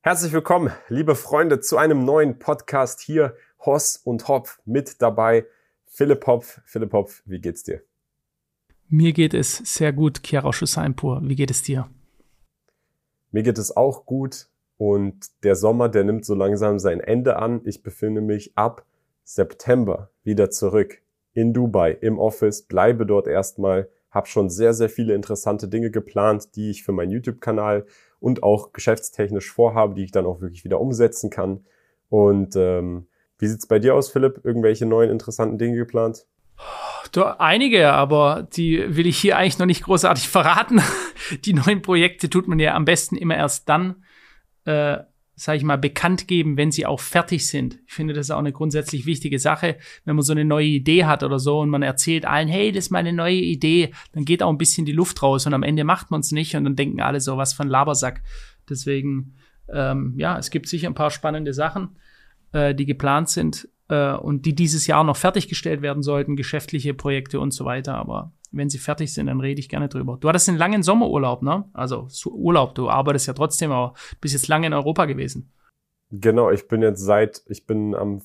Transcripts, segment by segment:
Herzlich willkommen, liebe Freunde, zu einem neuen Podcast hier. Hoss und Hopf mit dabei. Philipp Hopf. Philipp Hopf, wie geht's dir? Mir geht es sehr gut, Chiara Schussainpur. Wie geht es dir? Mir geht es auch gut und der Sommer, der nimmt so langsam sein Ende an. Ich befinde mich ab September wieder zurück in Dubai im Office, bleibe dort erstmal, habe schon sehr, sehr viele interessante Dinge geplant, die ich für meinen YouTube-Kanal und auch geschäftstechnisch vorhabe, die ich dann auch wirklich wieder umsetzen kann. Und wie sieht's bei dir aus, Philipp? Irgendwelche neuen interessanten Dinge geplant? Einige, aber die will ich hier eigentlich noch nicht großartig verraten. Die neuen Projekte tut man ja am besten immer erst dann, sage ich mal, bekannt geben, wenn sie auch fertig sind. Ich finde, das ist auch eine grundsätzlich wichtige Sache, wenn man so eine neue Idee hat oder so und man erzählt allen, hey, das ist meine neue Idee, dann geht auch ein bisschen die Luft raus und am Ende macht man es nicht und dann denken alle so, was für ein Labersack. Deswegen, es gibt sicher ein paar spannende Sachen, die geplant sind und die dieses Jahr noch fertiggestellt werden sollten, geschäftliche Projekte und so weiter, aber wenn sie fertig sind, dann rede ich gerne drüber. Du hattest einen langen Sommerurlaub, ne? Also Urlaub, du arbeitest ja trotzdem, aber bist jetzt lange in Europa gewesen. Genau, ich bin am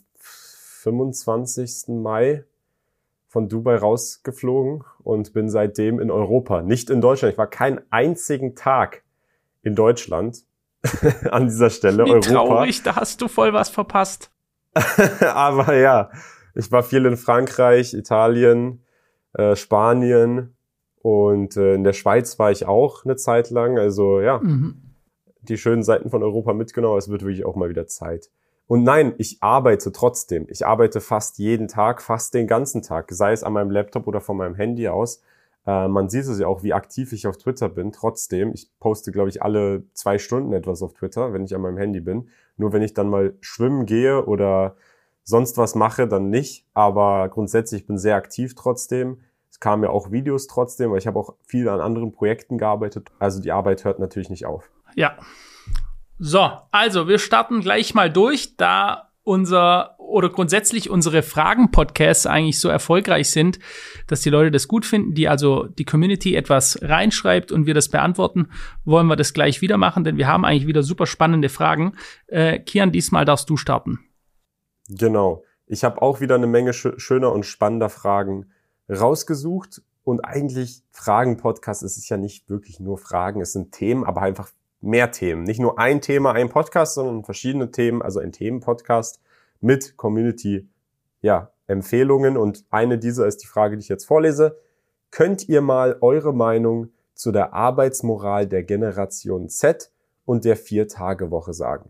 25. Mai von Dubai rausgeflogen und bin seitdem in Europa, nicht in Deutschland. Ich war keinen einzigen Tag in Deutschland an dieser Stelle. Wie Europa. Traurig, da hast du voll was verpasst. Aber ja, ich war viel in Frankreich, Italien, Spanien und in der Schweiz war ich auch eine Zeit lang. Also ja, Die schönen Seiten von Europa mitgenommen. Es wird wirklich auch mal wieder Zeit. Und nein, ich arbeite trotzdem. Ich arbeite fast jeden Tag, fast den ganzen Tag, sei es an meinem Laptop oder von meinem Handy aus. Man sieht es ja auch, wie aktiv ich auf Twitter bin. Trotzdem, ich poste, glaube ich, alle 2 Stunden etwas auf Twitter, wenn ich an meinem Handy bin. Nur wenn ich dann mal schwimmen gehe oder sonst was mache, dann nicht. Aber grundsätzlich bin ich sehr aktiv trotzdem. Es kamen ja auch Videos trotzdem, weil ich habe auch viel an anderen Projekten gearbeitet. Also die Arbeit hört natürlich nicht auf. Ja. So, also wir starten gleich mal durch, da grundsätzlich unsere Fragen-Podcasts eigentlich so erfolgreich sind, dass die Leute das gut finden, die also die Community etwas reinschreibt und wir das beantworten, wollen wir das gleich wieder machen, denn wir haben eigentlich wieder super spannende Fragen. Kian, diesmal darfst du starten. Genau. Ich habe auch wieder eine Menge schöner und spannender Fragen rausgesucht und eigentlich Fragen-Podcast ist es ja nicht wirklich nur Fragen, es sind Themen, aber einfach mehr Themen. Nicht nur ein Thema, ein Podcast, sondern verschiedene Themen, also ein Themenpodcast mit Community-Empfehlungen. Und eine dieser ist die Frage, die ich jetzt vorlese. Könnt ihr mal eure Meinung zu der Arbeitsmoral der Generation Z und der 4-Tage-Woche sagen?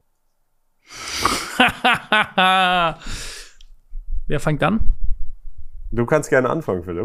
Wer fängt an? Du kannst gerne anfangen, Philipp.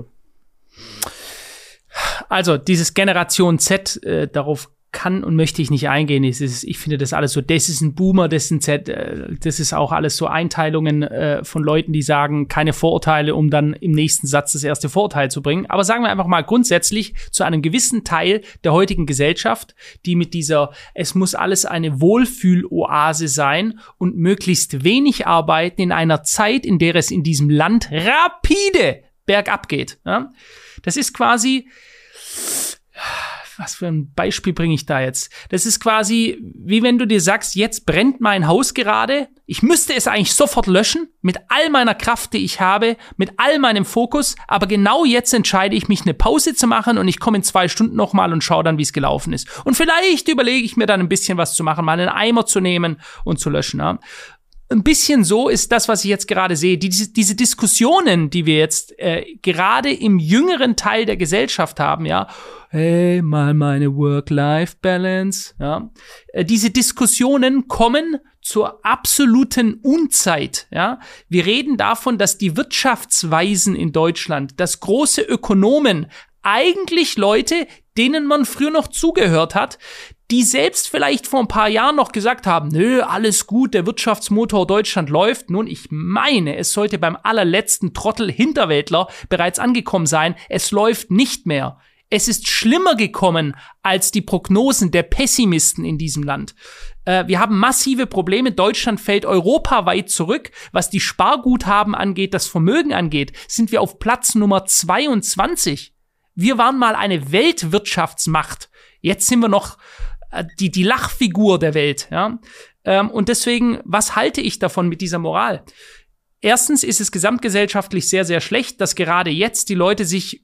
Also, dieses Generation Z, darauf kann und möchte ich nicht eingehen. Ich finde das alles so, das ist ein Boomer, das ist ein Z, das ist auch alles so Einteilungen von Leuten, die sagen, keine Vorurteile, um dann im nächsten Satz das erste Vorurteil zu bringen. Aber sagen wir einfach mal grundsätzlich zu einem gewissen Teil der heutigen Gesellschaft, die mit dieser, es muss alles eine Wohlfühloase sein und möglichst wenig arbeiten in einer Zeit, in der es in diesem Land rapide bergab geht. Ja? Das ist quasi, was für ein Beispiel bringe ich da jetzt? Das ist quasi, wie wenn du dir sagst, jetzt brennt mein Haus gerade. Ich müsste es eigentlich sofort löschen, mit all meiner Kraft, die ich habe, mit all meinem Fokus. Aber genau jetzt entscheide ich mich, eine Pause zu machen und ich komme in 2 Stunden nochmal und schaue dann, wie es gelaufen ist. Und vielleicht überlege ich mir dann ein bisschen was zu machen, mal einen Eimer zu nehmen und zu löschen. Ja? Ein bisschen so ist das, was ich jetzt gerade sehe. Diese Diskussionen, die wir jetzt gerade im jüngeren Teil der Gesellschaft haben, ja, hey, mal meine Work-Life-Balance, ja, diese Diskussionen kommen zur absoluten Unzeit, ja. Wir reden davon, dass die Wirtschaftsweisen in Deutschland, dass große Ökonomen, eigentlich Leute, denen man früher noch zugehört hat, die selbst vielleicht vor ein paar Jahren noch gesagt haben, nö, alles gut, der Wirtschaftsmotor Deutschland läuft. Nun, ich meine, es sollte beim allerletzten Trottel Hinterwäldler bereits angekommen sein. Es läuft nicht mehr. Es ist schlimmer gekommen als die Prognosen der Pessimisten in diesem Land. Wir haben massive Probleme. Deutschland fällt europaweit zurück. Was die Sparguthaben angeht, das Vermögen angeht, sind wir auf Platz Nummer 22. Wir waren mal eine Weltwirtschaftsmacht. Jetzt sind wir noch die Lachfigur der Welt, ja. Und deswegen, was halte ich davon mit dieser Moral? Erstens ist es gesamtgesellschaftlich sehr, sehr schlecht, dass gerade jetzt die Leute sich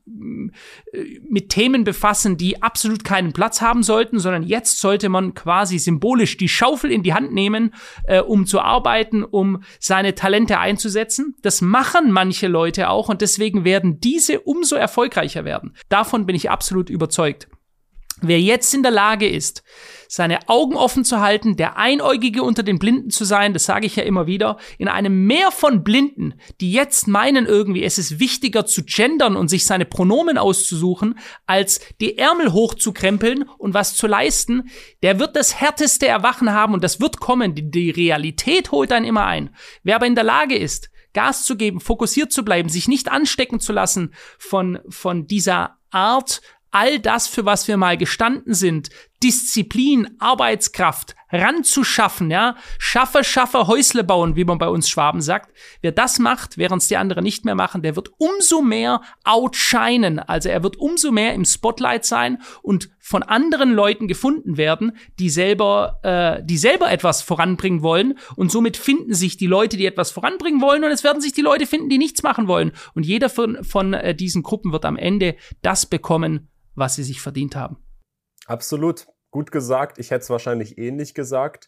mit Themen befassen, die absolut keinen Platz haben sollten, sondern jetzt sollte man quasi symbolisch die Schaufel in die Hand nehmen, um zu arbeiten, um seine Talente einzusetzen. Das machen manche Leute auch und deswegen werden diese umso erfolgreicher werden. Davon bin ich absolut überzeugt. Wer jetzt in der Lage ist, seine Augen offen zu halten, der Einäugige unter den Blinden zu sein, das sage ich ja immer wieder, in einem Meer von Blinden, die jetzt meinen irgendwie, es ist wichtiger zu gendern und sich seine Pronomen auszusuchen, als die Ärmel hochzukrempeln und was zu leisten, der wird das härteste Erwachen haben und das wird kommen. Die Realität holt einen immer ein. Wer aber in der Lage ist, Gas zu geben, fokussiert zu bleiben, sich nicht anstecken zu lassen von dieser Art, all das, für was wir mal gestanden sind, Disziplin, Arbeitskraft, ranzuschaffen, ja, schaffe, Häusle bauen, wie man bei uns Schwaben sagt. Wer das macht, während es die anderen nicht mehr machen, der wird umso mehr outshinen, also er wird umso mehr im Spotlight sein und von anderen Leuten gefunden werden, die selber etwas voranbringen wollen und somit finden sich die Leute, die etwas voranbringen wollen und es werden sich die Leute finden, die nichts machen wollen und jeder von diesen Gruppen wird am Ende das bekommen, was sie sich verdient haben. Absolut. Gut gesagt. Ich hätte es wahrscheinlich ähnlich gesagt.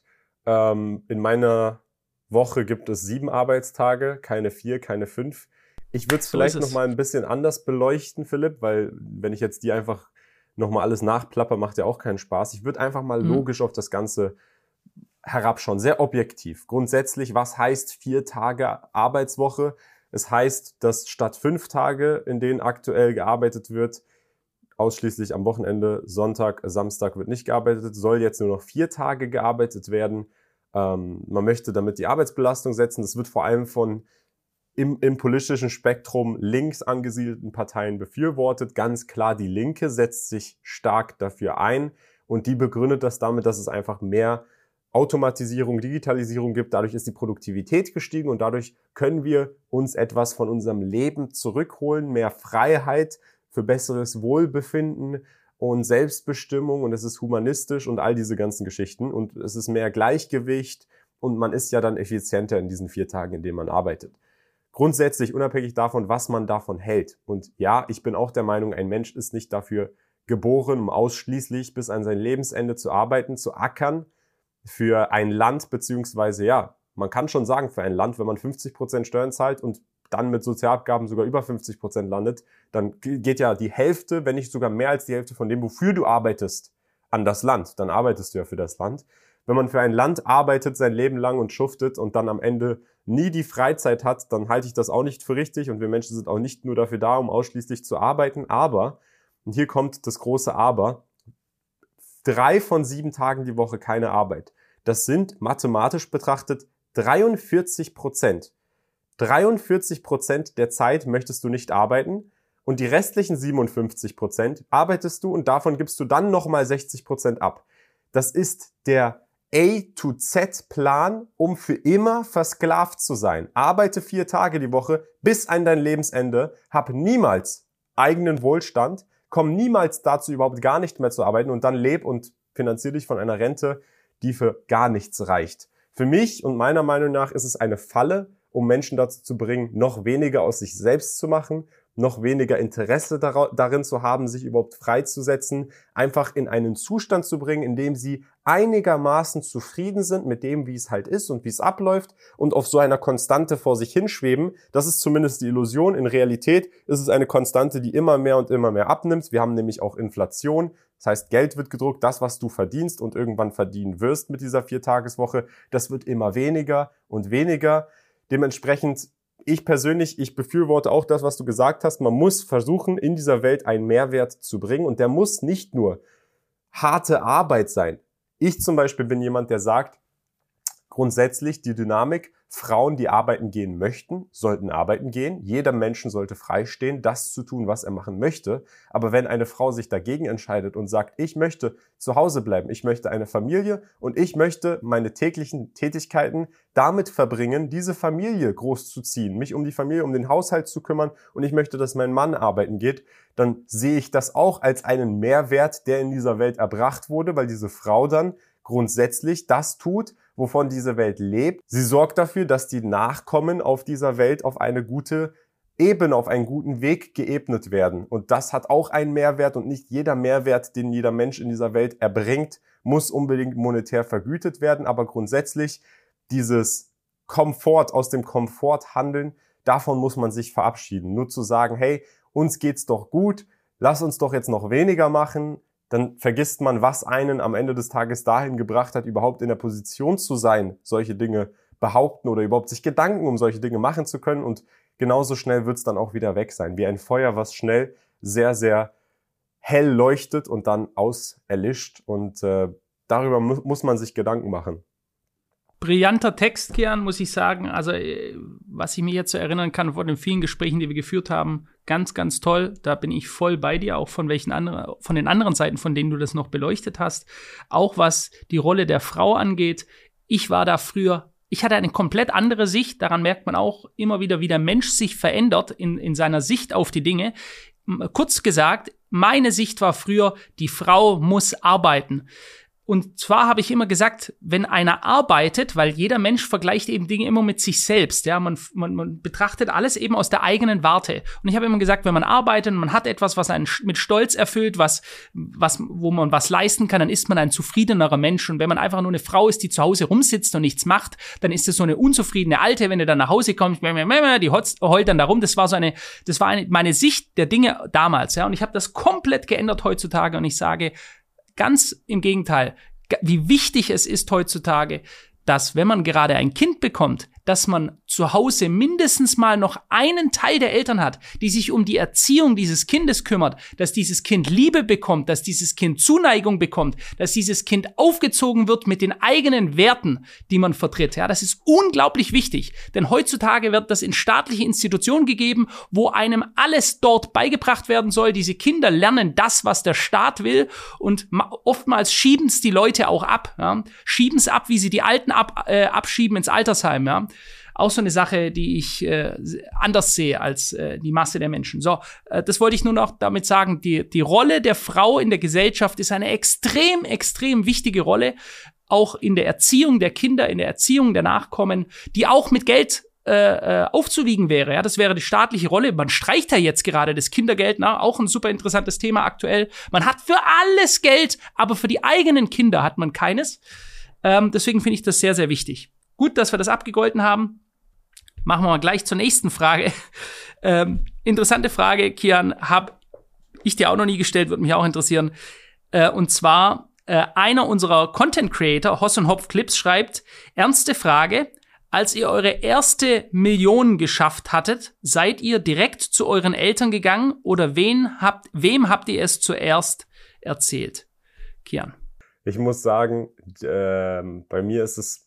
In meiner Woche gibt es 7 Arbeitstage, keine 4, keine 5. Ich würde es vielleicht noch mal ein bisschen anders beleuchten, Philipp, weil wenn ich jetzt dir einfach noch mal alles nachplapper, macht ja auch keinen Spaß. Ich würde einfach mal logisch auf das Ganze herabschauen, sehr objektiv. Grundsätzlich, was heißt 4 Tage Arbeitswoche? Es heißt, dass statt 5 Tage, in denen aktuell gearbeitet wird, ausschließlich am Wochenende, Sonntag, Samstag wird nicht gearbeitet, soll jetzt nur noch 4 Tage gearbeitet werden. Man möchte damit die Arbeitsbelastung setzen. Das wird vor allem von im politischen Spektrum links angesiedelten Parteien befürwortet. Ganz klar, die Linke setzt sich stark dafür ein und die begründet das damit, dass es einfach mehr Automatisierung, Digitalisierung gibt. Dadurch ist die Produktivität gestiegen und dadurch können wir uns etwas von unserem Leben zurückholen, mehr Freiheit, für besseres Wohlbefinden und Selbstbestimmung und es ist humanistisch und all diese ganzen Geschichten und es ist mehr Gleichgewicht und man ist ja dann effizienter in diesen 4 Tagen, in denen man arbeitet. Grundsätzlich unabhängig davon, was man davon hält. Und ja, ich bin auch der Meinung, ein Mensch ist nicht dafür geboren, um ausschließlich bis an sein Lebensende zu arbeiten, zu ackern für ein Land, beziehungsweise ja, man kann schon sagen, für ein Land, wenn man 50% Steuern zahlt und dann mit Sozialabgaben sogar über 50% landet, dann geht ja die Hälfte, wenn nicht sogar mehr als die Hälfte von dem, wofür du arbeitest, an das Land. Dann arbeitest du ja für das Land. Wenn man für ein Land arbeitet sein Leben lang und schuftet und dann am Ende nie die Freizeit hat, dann halte ich das auch nicht für richtig und wir Menschen sind auch nicht nur dafür da, um ausschließlich zu arbeiten, aber, und hier kommt das große Aber, 3 von 7 Tagen die Woche keine Arbeit. Das sind mathematisch betrachtet 43%. 43% der Zeit möchtest du nicht arbeiten und die restlichen 57% arbeitest du und davon gibst du dann nochmal 60% ab. Das ist der A-to-Z-Plan, um für immer versklavt zu sein. Arbeite 4 Tage die Woche bis an dein Lebensende, hab niemals eigenen Wohlstand, komm niemals dazu, überhaupt gar nicht mehr zu arbeiten und dann leb und finanzier dich von einer Rente, die für gar nichts reicht. Für mich und meiner Meinung nach ist es eine Falle, um Menschen dazu zu bringen, noch weniger aus sich selbst zu machen, noch weniger Interesse darin zu haben, sich überhaupt freizusetzen, einfach in einen Zustand zu bringen, in dem sie einigermaßen zufrieden sind mit dem, wie es halt ist und wie es abläuft und auf so einer Konstante vor sich hinschweben. Das ist zumindest die Illusion. In Realität ist es eine Konstante, die immer mehr und immer mehr abnimmt. Wir haben nämlich auch Inflation. Das heißt, Geld wird gedruckt, das, was du verdienst und irgendwann verdienen wirst mit dieser 4-Tageswoche, das wird immer weniger und weniger. Dementsprechend, ich befürworte auch das, was du gesagt hast. Man muss versuchen, in dieser Welt einen Mehrwert zu bringen und der muss nicht nur harte Arbeit sein. Ich zum Beispiel bin jemand, der sagt, grundsätzlich die Dynamik, Frauen, die arbeiten gehen möchten, sollten arbeiten gehen. Jeder Menschen sollte freistehen, das zu tun, was er machen möchte. Aber wenn eine Frau sich dagegen entscheidet und sagt, ich möchte zu Hause bleiben, ich möchte eine Familie und ich möchte meine täglichen Tätigkeiten damit verbringen, diese Familie großzuziehen, mich um die Familie, um den Haushalt zu kümmern und ich möchte, dass mein Mann arbeiten geht, dann sehe ich das auch als einen Mehrwert, der in dieser Welt erbracht wurde, weil diese Frau dann grundsätzlich das tut, wovon diese Welt lebt. Sie sorgt dafür, dass die Nachkommen auf dieser Welt auf eine gute Ebene, auf einen guten Weg geebnet werden. Und das hat auch einen Mehrwert und nicht jeder Mehrwert, den jeder Mensch in dieser Welt erbringt, muss unbedingt monetär vergütet werden. Aber grundsätzlich dieses Komfort, aus dem Komfort handeln, davon muss man sich verabschieden. Nur zu sagen, hey, uns geht's doch gut, lass uns doch jetzt noch weniger machen, dann vergisst man, was einen am Ende des Tages dahin gebracht hat, überhaupt in der Position zu sein, solche Dinge behaupten oder überhaupt sich Gedanken um solche Dinge machen zu können. Und genauso schnell wird's dann auch wieder weg sein. Wie ein Feuer, was schnell sehr, sehr hell leuchtet und dann erlischt. Und darüber muss man sich Gedanken machen. Brillanter Text, Kian, muss ich sagen. Also, was ich mir jetzt so erinnern kann von den vielen Gesprächen, die wir geführt haben, ganz, ganz toll. Da bin ich voll bei dir, auch von den anderen Seiten, von denen du das noch beleuchtet hast. Auch was die Rolle der Frau angeht. Ich war da früher, ich hatte eine komplett andere Sicht. Daran merkt man auch immer wieder, wie der Mensch sich verändert in seiner Sicht auf die Dinge. Kurz gesagt, meine Sicht war früher, die Frau muss arbeiten. Und zwar habe ich immer gesagt, wenn einer arbeitet, weil jeder Mensch vergleicht eben Dinge immer mit sich selbst, ja, man betrachtet alles eben aus der eigenen Warte. Und ich habe immer gesagt, wenn man arbeitet und man hat etwas, was einen mit Stolz erfüllt, wo man was leisten kann, dann ist man ein zufriedenerer Mensch. Und wenn man einfach nur eine Frau ist, die zu Hause rumsitzt und nichts macht, dann ist es so eine unzufriedene Alte, wenn du dann nach Hause kommst, die heult dann da rum. Das war meine Sicht der Dinge damals, ja. Und ich habe das komplett geändert heutzutage und ich sage, ganz im Gegenteil, wie wichtig es ist heutzutage, dass, wenn man gerade ein Kind bekommt, dass man zu Hause mindestens mal noch einen Teil der Eltern hat, die sich um die Erziehung dieses Kindes kümmert, dass dieses Kind Liebe bekommt, dass dieses Kind Zuneigung bekommt, dass dieses Kind aufgezogen wird mit den eigenen Werten, die man vertritt. Ja, das ist unglaublich wichtig, denn heutzutage wird das in staatliche Institutionen gegeben, wo einem alles dort beigebracht werden soll. Diese Kinder lernen das, was der Staat will und oftmals schieben es die Leute auch ab. Ja? Schieben es ab, wie sie die Alten abschieben ins Altersheim. Ja? Auch so eine Sache, die ich anders sehe als die Masse der Menschen. So, das wollte ich nur noch damit sagen. Die Rolle der Frau in der Gesellschaft ist eine extrem, extrem wichtige Rolle. Auch in der Erziehung der Kinder, in der Erziehung der Nachkommen, die auch mit Geld aufzuwiegen wäre. Ja, das wäre die staatliche Rolle. Man streicht ja jetzt gerade das Kindergeld, auch ein super interessantes Thema aktuell. Man hat für alles Geld, aber für die eigenen Kinder hat man keines. Deswegen finde ich das sehr, sehr wichtig. Gut, dass wir das abgegolten haben. Machen wir mal gleich zur nächsten Frage. Interessante Frage, Kian, habe ich dir auch noch nie gestellt, würde mich auch interessieren. Und zwar, einer unserer Content Creator, Hoss und Hopf Clips, schreibt, ernste Frage, als ihr eure erste Million geschafft hattet, seid ihr direkt zu euren Eltern gegangen oder wem habt ihr es zuerst erzählt? Kian. Ich muss sagen, bei mir ist es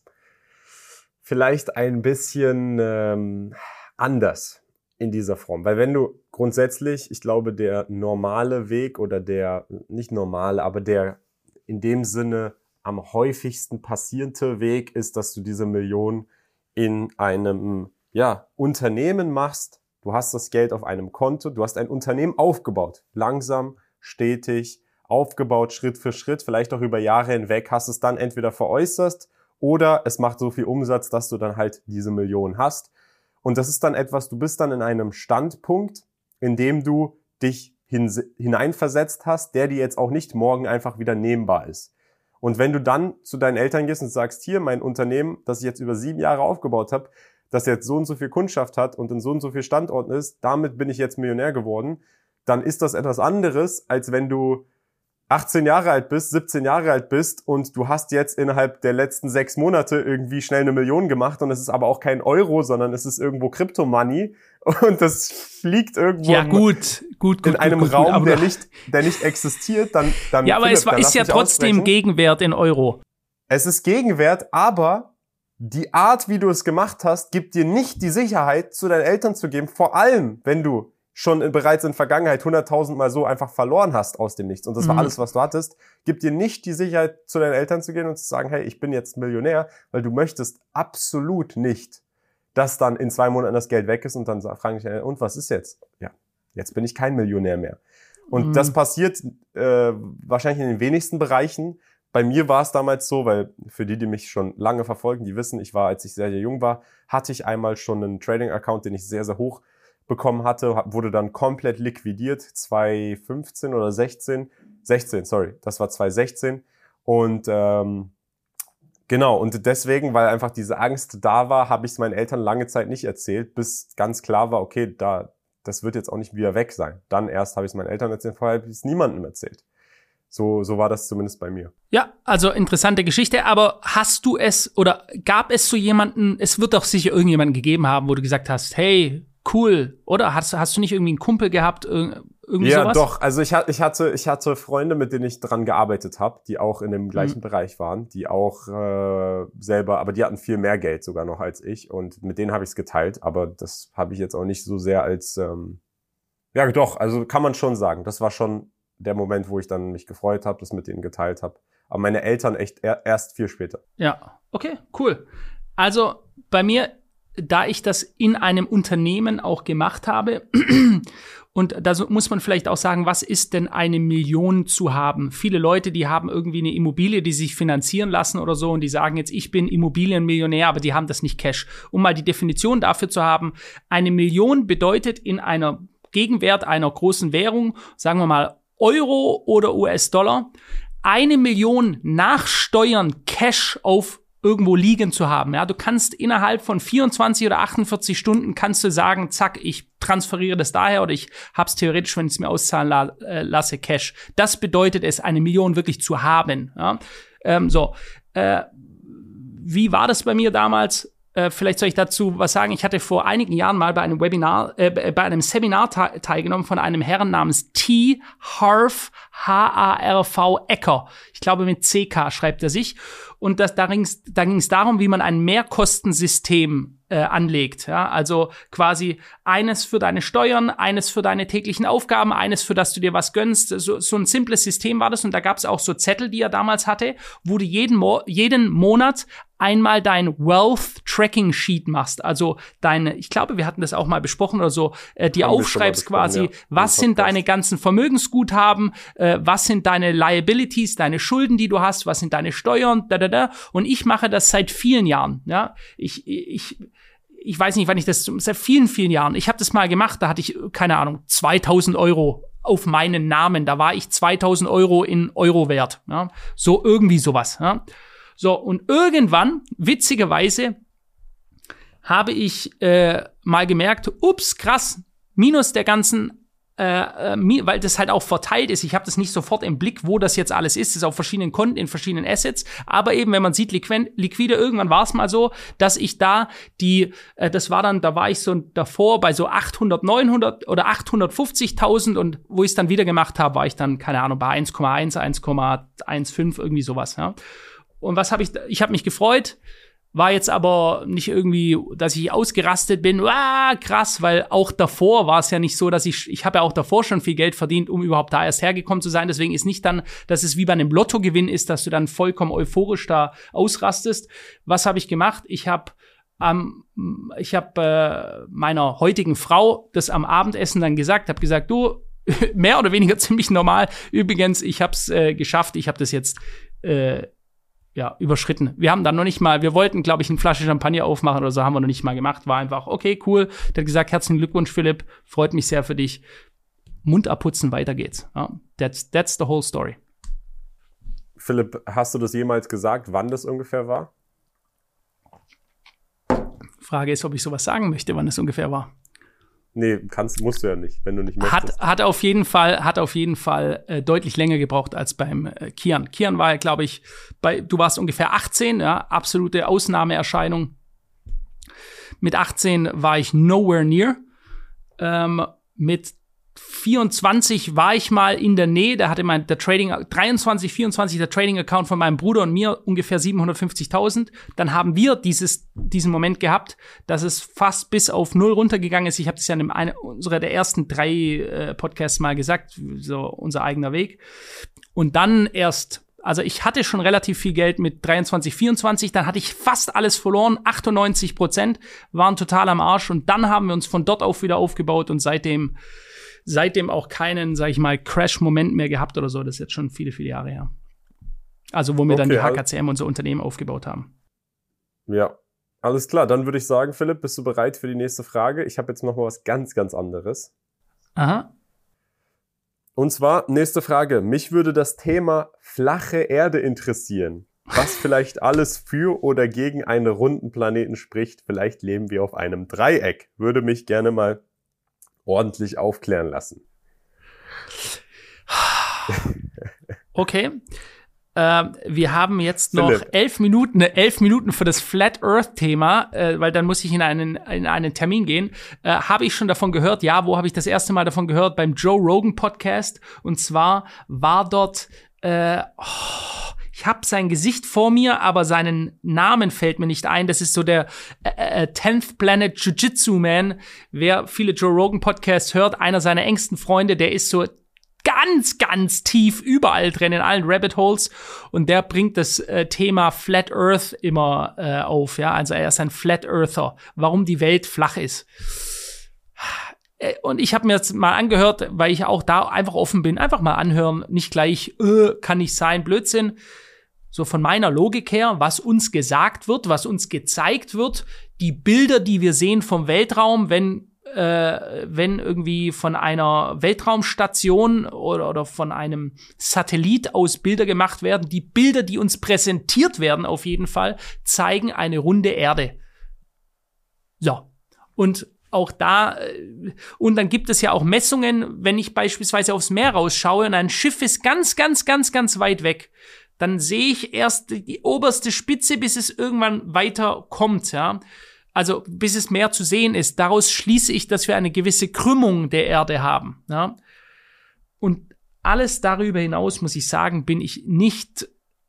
vielleicht ein bisschen anders in dieser Form. Weil wenn du grundsätzlich, ich glaube, der normale Weg oder der, nicht normale, aber der in dem Sinne am häufigsten passierende Weg ist, dass du diese Million in einem Unternehmen machst. Du hast das Geld auf einem Konto, du hast ein Unternehmen aufgebaut. Langsam, stetig, aufgebaut, Schritt für Schritt, vielleicht auch über Jahre hinweg, hast es dann entweder veräußerst oder es macht so viel Umsatz, dass du dann halt diese Million hast. Und das ist dann etwas, du bist dann in einem Standpunkt, in dem du dich hineinversetzt hast, der dir jetzt auch nicht morgen einfach wieder nehmbar ist. Und wenn du dann zu deinen Eltern gehst und sagst, hier, mein Unternehmen, das ich jetzt über 7 Jahre aufgebaut habe, das jetzt so und so viel Kundschaft hat und in so und so viel Standorten ist, damit bin ich jetzt Millionär geworden, dann ist das etwas anderes, als wenn du 18 Jahre alt bist, 17 Jahre alt bist und du hast jetzt innerhalb der letzten 6 Monate irgendwie schnell 1 Million gemacht und es ist aber auch kein Euro, sondern es ist irgendwo Crypto-Money und das fliegt irgendwo in einem Raum, der nicht existiert, dann ja, aber es ist ja trotzdem Gegenwert in Euro. Es ist Gegenwert, aber die Art, wie du es gemacht hast, gibt dir nicht die Sicherheit, zu deinen Eltern zu geben, vor allem, wenn du schon bereits in Vergangenheit 100.000 Mal so einfach verloren hast aus dem Nichts. Und das war alles, was du hattest. Gibt dir nicht die Sicherheit, zu deinen Eltern zu gehen und zu sagen, hey, ich bin jetzt Millionär, weil du möchtest absolut nicht, dass dann in 2 Monaten das Geld weg ist und dann fragen dich, und was ist jetzt? Ja, jetzt bin ich kein Millionär mehr. Und das passiert wahrscheinlich in den wenigsten Bereichen. Bei mir war es damals so, weil für die mich schon lange verfolgen, die wissen, als ich sehr, sehr jung war, hatte ich einmal schon einen Trading-Account, den ich sehr, sehr hoch bekommen hatte, wurde dann komplett liquidiert, 2015 oder 16, sorry, das war 2016 und genau, und deswegen, weil einfach diese Angst da war, habe ich es meinen Eltern lange Zeit nicht erzählt, bis ganz klar war, okay, das wird jetzt auch nicht wieder weg sein. Dann erst habe ich es meinen Eltern erzählt, vorher habe ich es niemandem erzählt. So war das zumindest bei mir. Ja, also interessante Geschichte, aber hast du es oder gab es so jemanden, es wird doch sicher irgendjemanden gegeben haben, wo du gesagt hast, hey, cool, oder? Hast du nicht irgendwie einen Kumpel gehabt, irgendwie ja, sowas? Ja, doch. Also ich hatte Freunde, mit denen ich dran gearbeitet habe, die auch in dem gleichen Bereich waren, die auch selber, aber die hatten viel mehr Geld sogar noch als ich und mit denen habe ich es geteilt, aber das habe ich jetzt auch nicht so sehr als, ja doch, also kann man schon sagen, das war schon der Moment, wo ich dann mich gefreut habe, das mit denen geteilt habe. Aber meine Eltern echt erst viel später. Ja, okay, cool. Also bei mir, da ich das in einem Unternehmen auch gemacht habe, und da muss man vielleicht auch sagen, was ist denn 1 Million zu haben? Viele Leute, die haben irgendwie eine Immobilie, die sich finanzieren lassen oder so und die sagen jetzt, ich bin Immobilienmillionär, aber die haben das nicht Cash. Um mal die Definition dafür zu haben, 1 Million bedeutet in einer Gegenwert einer großen Währung, sagen wir mal Euro oder US-Dollar, 1 Million nach Steuern Cash auf irgendwo liegen zu haben. Ja, du kannst innerhalb von 24 oder 48 Stunden kannst du sagen, zack, ich transferiere das daher oder ich hab's theoretisch, wenn ich es mir auszahlen lasse, Cash. Das bedeutet es, 1 Million wirklich zu haben. Ja? Wie war das bei mir damals? Vielleicht soll ich dazu was sagen. Ich hatte vor einigen Jahren mal bei einem bei einem Seminar teilgenommen von einem Herrn namens T. Harv, H-A-R-V Ecker. Ich glaube, mit C-K schreibt er sich. Und da ging es darum, wie man ein Mehrkostensystem anlegt. Ja? Also quasi eines für deine Steuern, eines für deine täglichen Aufgaben, eines für das du dir was gönnst. So ein simples System war das. Und da gab es auch so Zettel, die er damals hatte, wo du jeden Monat einmal dein Wealth Tracking Sheet machst. Also ich glaube, wir hatten das auch mal besprochen oder so, die aufschreibst quasi, ja, was sind deine ganzen Vermögensguthaben, was sind deine Liabilities, deine Schulden, die du hast, was sind deine Steuern, Und ich mache das seit vielen Jahren. Ja, ich weiß nicht, wann ich das, seit vielen, vielen Jahren. Ich habe das mal gemacht, da hatte ich, keine Ahnung, 2.000 Euro auf meinen Namen. Da war ich 2.000 Euro in Euro wert. Ja? So irgendwie sowas. Ja? So, und irgendwann, witzigerweise, habe ich mal gemerkt, ups, krass, minus der ganzen, weil das halt auch verteilt ist. Ich habe das nicht sofort im Blick, wo das jetzt alles ist. Das ist auf verschiedenen Konten, in verschiedenen Assets. Aber eben, wenn man sieht, liquide, irgendwann war es mal so, dass ich da da war ich so davor bei so 800, 900 oder 850.000 und wo ich es dann wieder gemacht habe, war ich dann, keine Ahnung, bei 1,1, 1,15, irgendwie sowas. Ja. Und ich habe mich gefreut, war jetzt aber nicht irgendwie, dass ich ausgerastet bin, krass, weil auch davor war es ja nicht so, dass ich habe ja auch davor schon viel Geld verdient, um überhaupt da erst hergekommen zu sein. Deswegen ist nicht dann, dass es wie bei einem Lottogewinn ist, dass du dann vollkommen euphorisch da ausrastest. Was habe ich gemacht? Ich habe meiner heutigen Frau das am Abendessen dann gesagt, habe gesagt, du, mehr oder weniger ziemlich normal. Übrigens, ich habe es geschafft, ich habe das jetzt überschritten. Wir haben dann noch nicht mal, wir wollten, glaube ich, eine Flasche Champagner aufmachen oder so, haben wir noch nicht mal gemacht. War einfach, okay, cool. Der hat gesagt, herzlichen Glückwunsch, Philipp. Freut mich sehr für dich. Mund abputzen, weiter geht's. Ja, that's the whole story. Philipp, hast du das jemals gesagt, wann das ungefähr war? Frage ist, ob ich sowas sagen möchte, wann es ungefähr war. Nee, musst du ja nicht, wenn du nicht möchtest. Hat auf jeden Fall deutlich länger gebraucht als beim Kian. Kian war ja, glaube ich, du warst ungefähr 18, ja, absolute Ausnahmeerscheinung. Mit 18 war ich nowhere near. Mit 24 war ich mal in der Nähe, da hatte 23, 24 der Trading-Account von meinem Bruder und mir ungefähr 750.000. Dann haben wir diesen Moment gehabt, dass es fast bis auf 0 runtergegangen ist. Ich habe das ja in unserer der ersten 3 Podcasts mal gesagt, so unser eigener Weg. Und dann erst, also ich hatte schon relativ viel Geld mit 23, 24, dann hatte ich fast alles verloren, 98%, waren total am Arsch und dann haben wir uns von dort auf wieder aufgebaut und seitdem auch keinen, sag ich mal, Crash-Moment mehr gehabt oder so. Das ist jetzt schon viele, viele Jahre her. Also, wo wir dann die HKCM, unser Unternehmen, aufgebaut haben. Ja, alles klar. Dann würde ich sagen, Philipp, bist du bereit für die nächste Frage? Ich habe jetzt noch mal was ganz, ganz anderes. Aha. Und zwar, nächste Frage. Mich würde das Thema flache Erde interessieren. Was vielleicht alles für oder gegen einen runden Planeten spricht. Vielleicht leben wir auf einem Dreieck. Würde mich gerne mal ordentlich aufklären lassen. Okay. Wir haben jetzt noch 11 Minuten für das Flat Earth Thema, weil dann muss ich in einen Termin gehen. Habe ich schon davon gehört? Ja, wo habe ich das erste Mal davon gehört? Beim Joe Rogan Podcast. Und zwar war dort, ich habe sein Gesicht vor mir, aber seinen Namen fällt mir nicht ein. Das ist so der 10th Planet Jiu-Jitsu Man. Wer viele Joe Rogan Podcasts hört, einer seiner engsten Freunde, der ist so ganz, ganz tief überall drin, in allen Rabbit Holes. Und der bringt das Thema Flat Earth immer auf. Ja, also er ist ein Flat Earther. Warum die Welt flach ist. Und ich habe mir jetzt mal angehört, weil ich auch da einfach offen bin. Einfach mal anhören, nicht gleich, kann nicht sein, Blödsinn. So von meiner Logik her, was uns gesagt wird, was uns gezeigt wird, die Bilder, die wir sehen vom Weltraum, wenn irgendwie von einer Weltraumstation oder von einem Satellit aus Bilder gemacht werden, die Bilder, die uns präsentiert werden auf jeden Fall, zeigen eine runde Erde. So. Und auch da, und dann gibt es ja auch Messungen, wenn ich beispielsweise aufs Meer rausschaue und ein Schiff ist ganz, ganz, ganz, ganz weit weg, dann sehe ich erst die oberste Spitze, bis es irgendwann weiter kommt, ja. Also, bis es mehr zu sehen ist. Daraus schließe ich, dass wir eine gewisse Krümmung der Erde haben, ja. Und alles darüber hinaus, muss ich sagen, bin ich nicht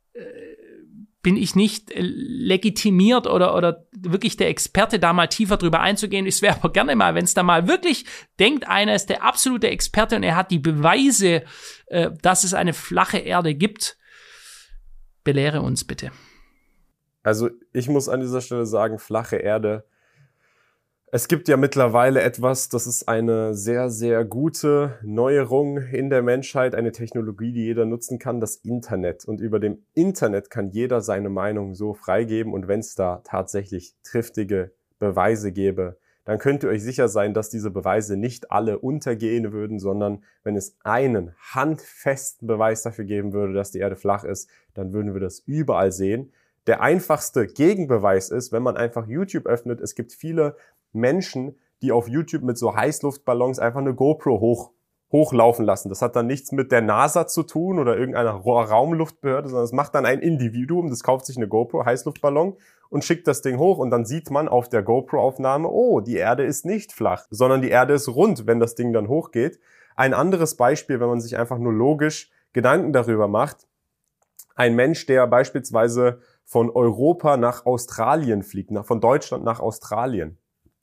legitimiert oder wirklich der Experte, da mal tiefer drüber einzugehen. Ich wäre aber gerne mal, wenn es da mal wirklich denkt, einer ist der absolute Experte und er hat die Beweise, dass es eine flache Erde gibt. Belehre uns bitte. Also ich muss an dieser Stelle sagen, flache Erde. Es gibt ja mittlerweile etwas, das ist eine sehr, sehr gute Neuerung in der Menschheit, eine Technologie, die jeder nutzen kann, das Internet. Und über dem Internet kann jeder seine Meinung so freigeben. Und wenn es da tatsächlich triftige Beweise gäbe, dann könnt ihr euch sicher sein, dass diese Beweise nicht alle untergehen würden, sondern wenn es einen handfesten Beweis dafür geben würde, dass die Erde flach ist, dann würden wir das überall sehen. Der einfachste Gegenbeweis ist, wenn man einfach YouTube öffnet, es gibt viele Menschen, die auf YouTube mit so Heißluftballons einfach eine GoPro hochlaufen lassen. Das hat dann nichts mit der NASA zu tun oder irgendeiner Raumluftbehörde, sondern das macht dann ein Individuum, das kauft sich eine GoPro, Heißluftballon und schickt das Ding hoch und dann sieht man auf der GoPro-Aufnahme, oh, die Erde ist nicht flach, sondern die Erde ist rund, wenn das Ding dann hochgeht. Ein anderes Beispiel, wenn man sich einfach nur logisch Gedanken darüber macht, ein Mensch, der beispielsweise von Europa nach Australien fliegt, von Deutschland nach Australien.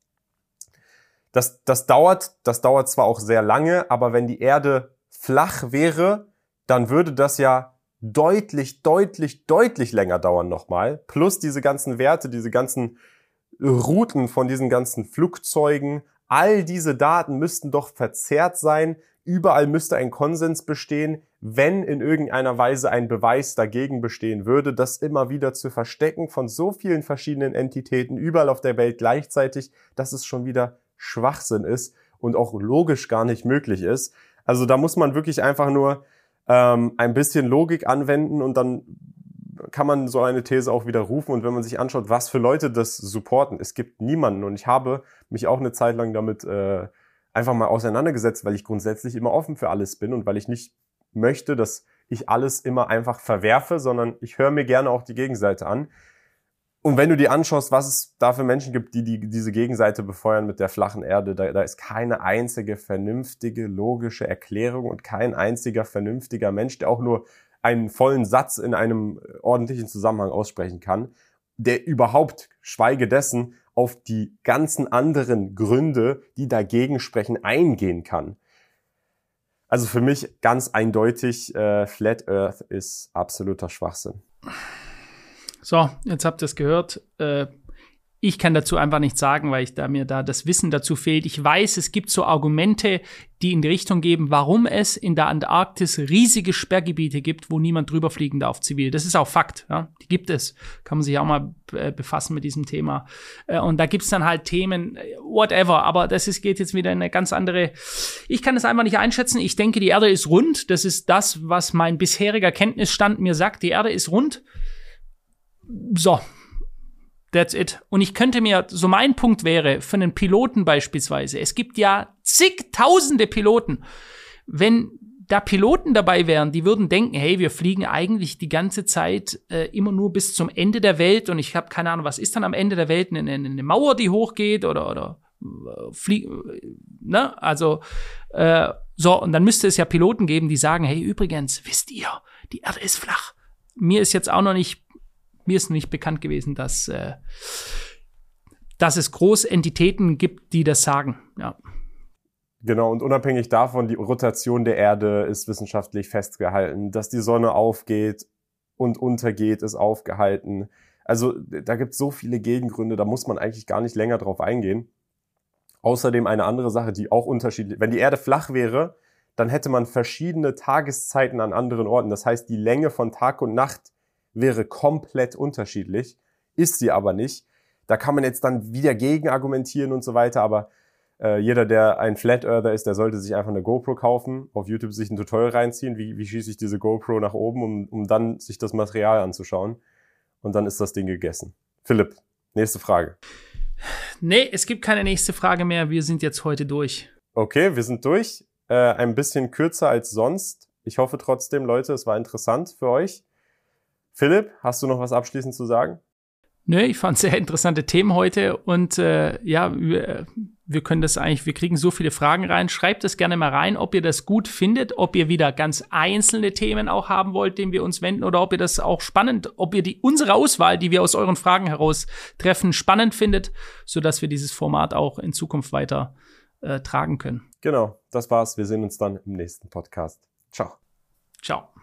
Das dauert zwar auch sehr lange, aber wenn die Erde flach wäre, dann würde das ja deutlich länger dauern nochmal. Plus diese ganzen Werte, diese ganzen Routen von diesen ganzen Flugzeugen, all diese Daten müssten doch verzerrt sein. Überall müsste ein Konsens bestehen, wenn in irgendeiner Weise ein Beweis dagegen bestehen würde, das immer wieder zu verstecken von so vielen verschiedenen Entitäten überall auf der Welt gleichzeitig, dass es schon wieder Schwachsinn ist und auch logisch gar nicht möglich ist. Also da muss man wirklich einfach nur ein bisschen Logik anwenden und dann kann man so eine These auch widerrufen. Und wenn man sich anschaut, was für Leute das supporten, es gibt niemanden. Und ich habe mich auch eine Zeit lang damit einfach mal auseinandergesetzt, weil ich grundsätzlich immer offen für alles bin und weil ich nicht möchte, dass ich alles immer einfach verwerfe, sondern ich höre mir gerne auch die Gegenseite an. Und wenn du dir anschaust, was es da für Menschen gibt, die diese Gegenseite befeuern mit der flachen Erde, da ist keine einzige vernünftige, logische Erklärung und kein einziger vernünftiger Mensch, der auch nur einen vollen Satz in einem ordentlichen Zusammenhang aussprechen kann, der überhaupt, schweige dessen, auf die ganzen anderen Gründe, die dagegen sprechen, eingehen kann. Also für mich ganz eindeutig, Flat Earth ist absoluter Schwachsinn. So, jetzt habt ihr es gehört. Ich kann dazu einfach nichts sagen, weil mir da das Wissen dazu fehlt. Ich weiß, es gibt so Argumente, die in die Richtung geben, warum es in der Antarktis riesige Sperrgebiete gibt, wo niemand drüber fliegen darf zivil. Das ist auch Fakt. Ja? Die gibt es. Kann man sich auch mal befassen mit diesem Thema. Und da gibt's dann halt Themen, whatever. Aber geht jetzt wieder in eine ganz andere. Ich kann es einfach nicht einschätzen. Ich denke, die Erde ist rund. Das ist das, was mein bisheriger Kenntnisstand mir sagt. Die Erde ist rund. So, that's it. Und ich könnte mir, so mein Punkt wäre, für einen Piloten beispielsweise, es gibt ja zigtausende Piloten. Wenn da Piloten dabei wären, die würden denken, hey, wir fliegen eigentlich die ganze Zeit immer nur bis zum Ende der Welt und ich habe keine Ahnung, was ist dann am Ende der Welt? Eine Mauer, die hochgeht oder ne? Also, so, und dann müsste es ja Piloten geben, die sagen, hey, übrigens, wisst ihr, die Erde ist flach. Mir ist nicht bekannt gewesen, dass es Großentitäten gibt, die das sagen. Ja. Genau, und unabhängig davon, die Rotation der Erde ist wissenschaftlich festgehalten. Dass die Sonne aufgeht und untergeht, ist aufgehalten. Also da gibt es so viele Gegengründe, da muss man eigentlich gar nicht länger drauf eingehen. Außerdem eine andere Sache, die auch unterschiedlich. Wenn die Erde flach wäre, dann hätte man verschiedene Tageszeiten an anderen Orten. Das heißt, die Länge von Tag und Nacht wäre komplett unterschiedlich, ist sie aber nicht. Da kann man jetzt dann wieder gegen argumentieren und so weiter, aber jeder, der ein Flat Earther ist, der sollte sich einfach eine GoPro kaufen, auf YouTube sich ein Tutorial reinziehen, wie schieße ich diese GoPro nach oben, um dann sich das Material anzuschauen. Und dann ist das Ding gegessen. Philipp, nächste Frage. Nee, es gibt keine nächste Frage mehr. Wir sind jetzt heute durch. Okay, wir sind durch. Ein bisschen kürzer als sonst. Ich hoffe trotzdem, Leute, es war interessant für euch. Philipp, hast du noch was abschließend zu sagen? Nö, ich fand sehr interessante Themen heute und wir können das eigentlich, wir kriegen so viele Fragen rein. Schreibt es gerne mal rein, ob ihr das gut findet, ob ihr wieder ganz einzelne Themen auch haben wollt, denen wir uns wenden oder ob ihr das auch spannend, ob ihr unsere Auswahl, die wir aus euren Fragen heraus treffen, spannend findet, sodass wir dieses Format auch in Zukunft weiter tragen können. Genau, das war's. Wir sehen uns dann im nächsten Podcast. Ciao. Ciao.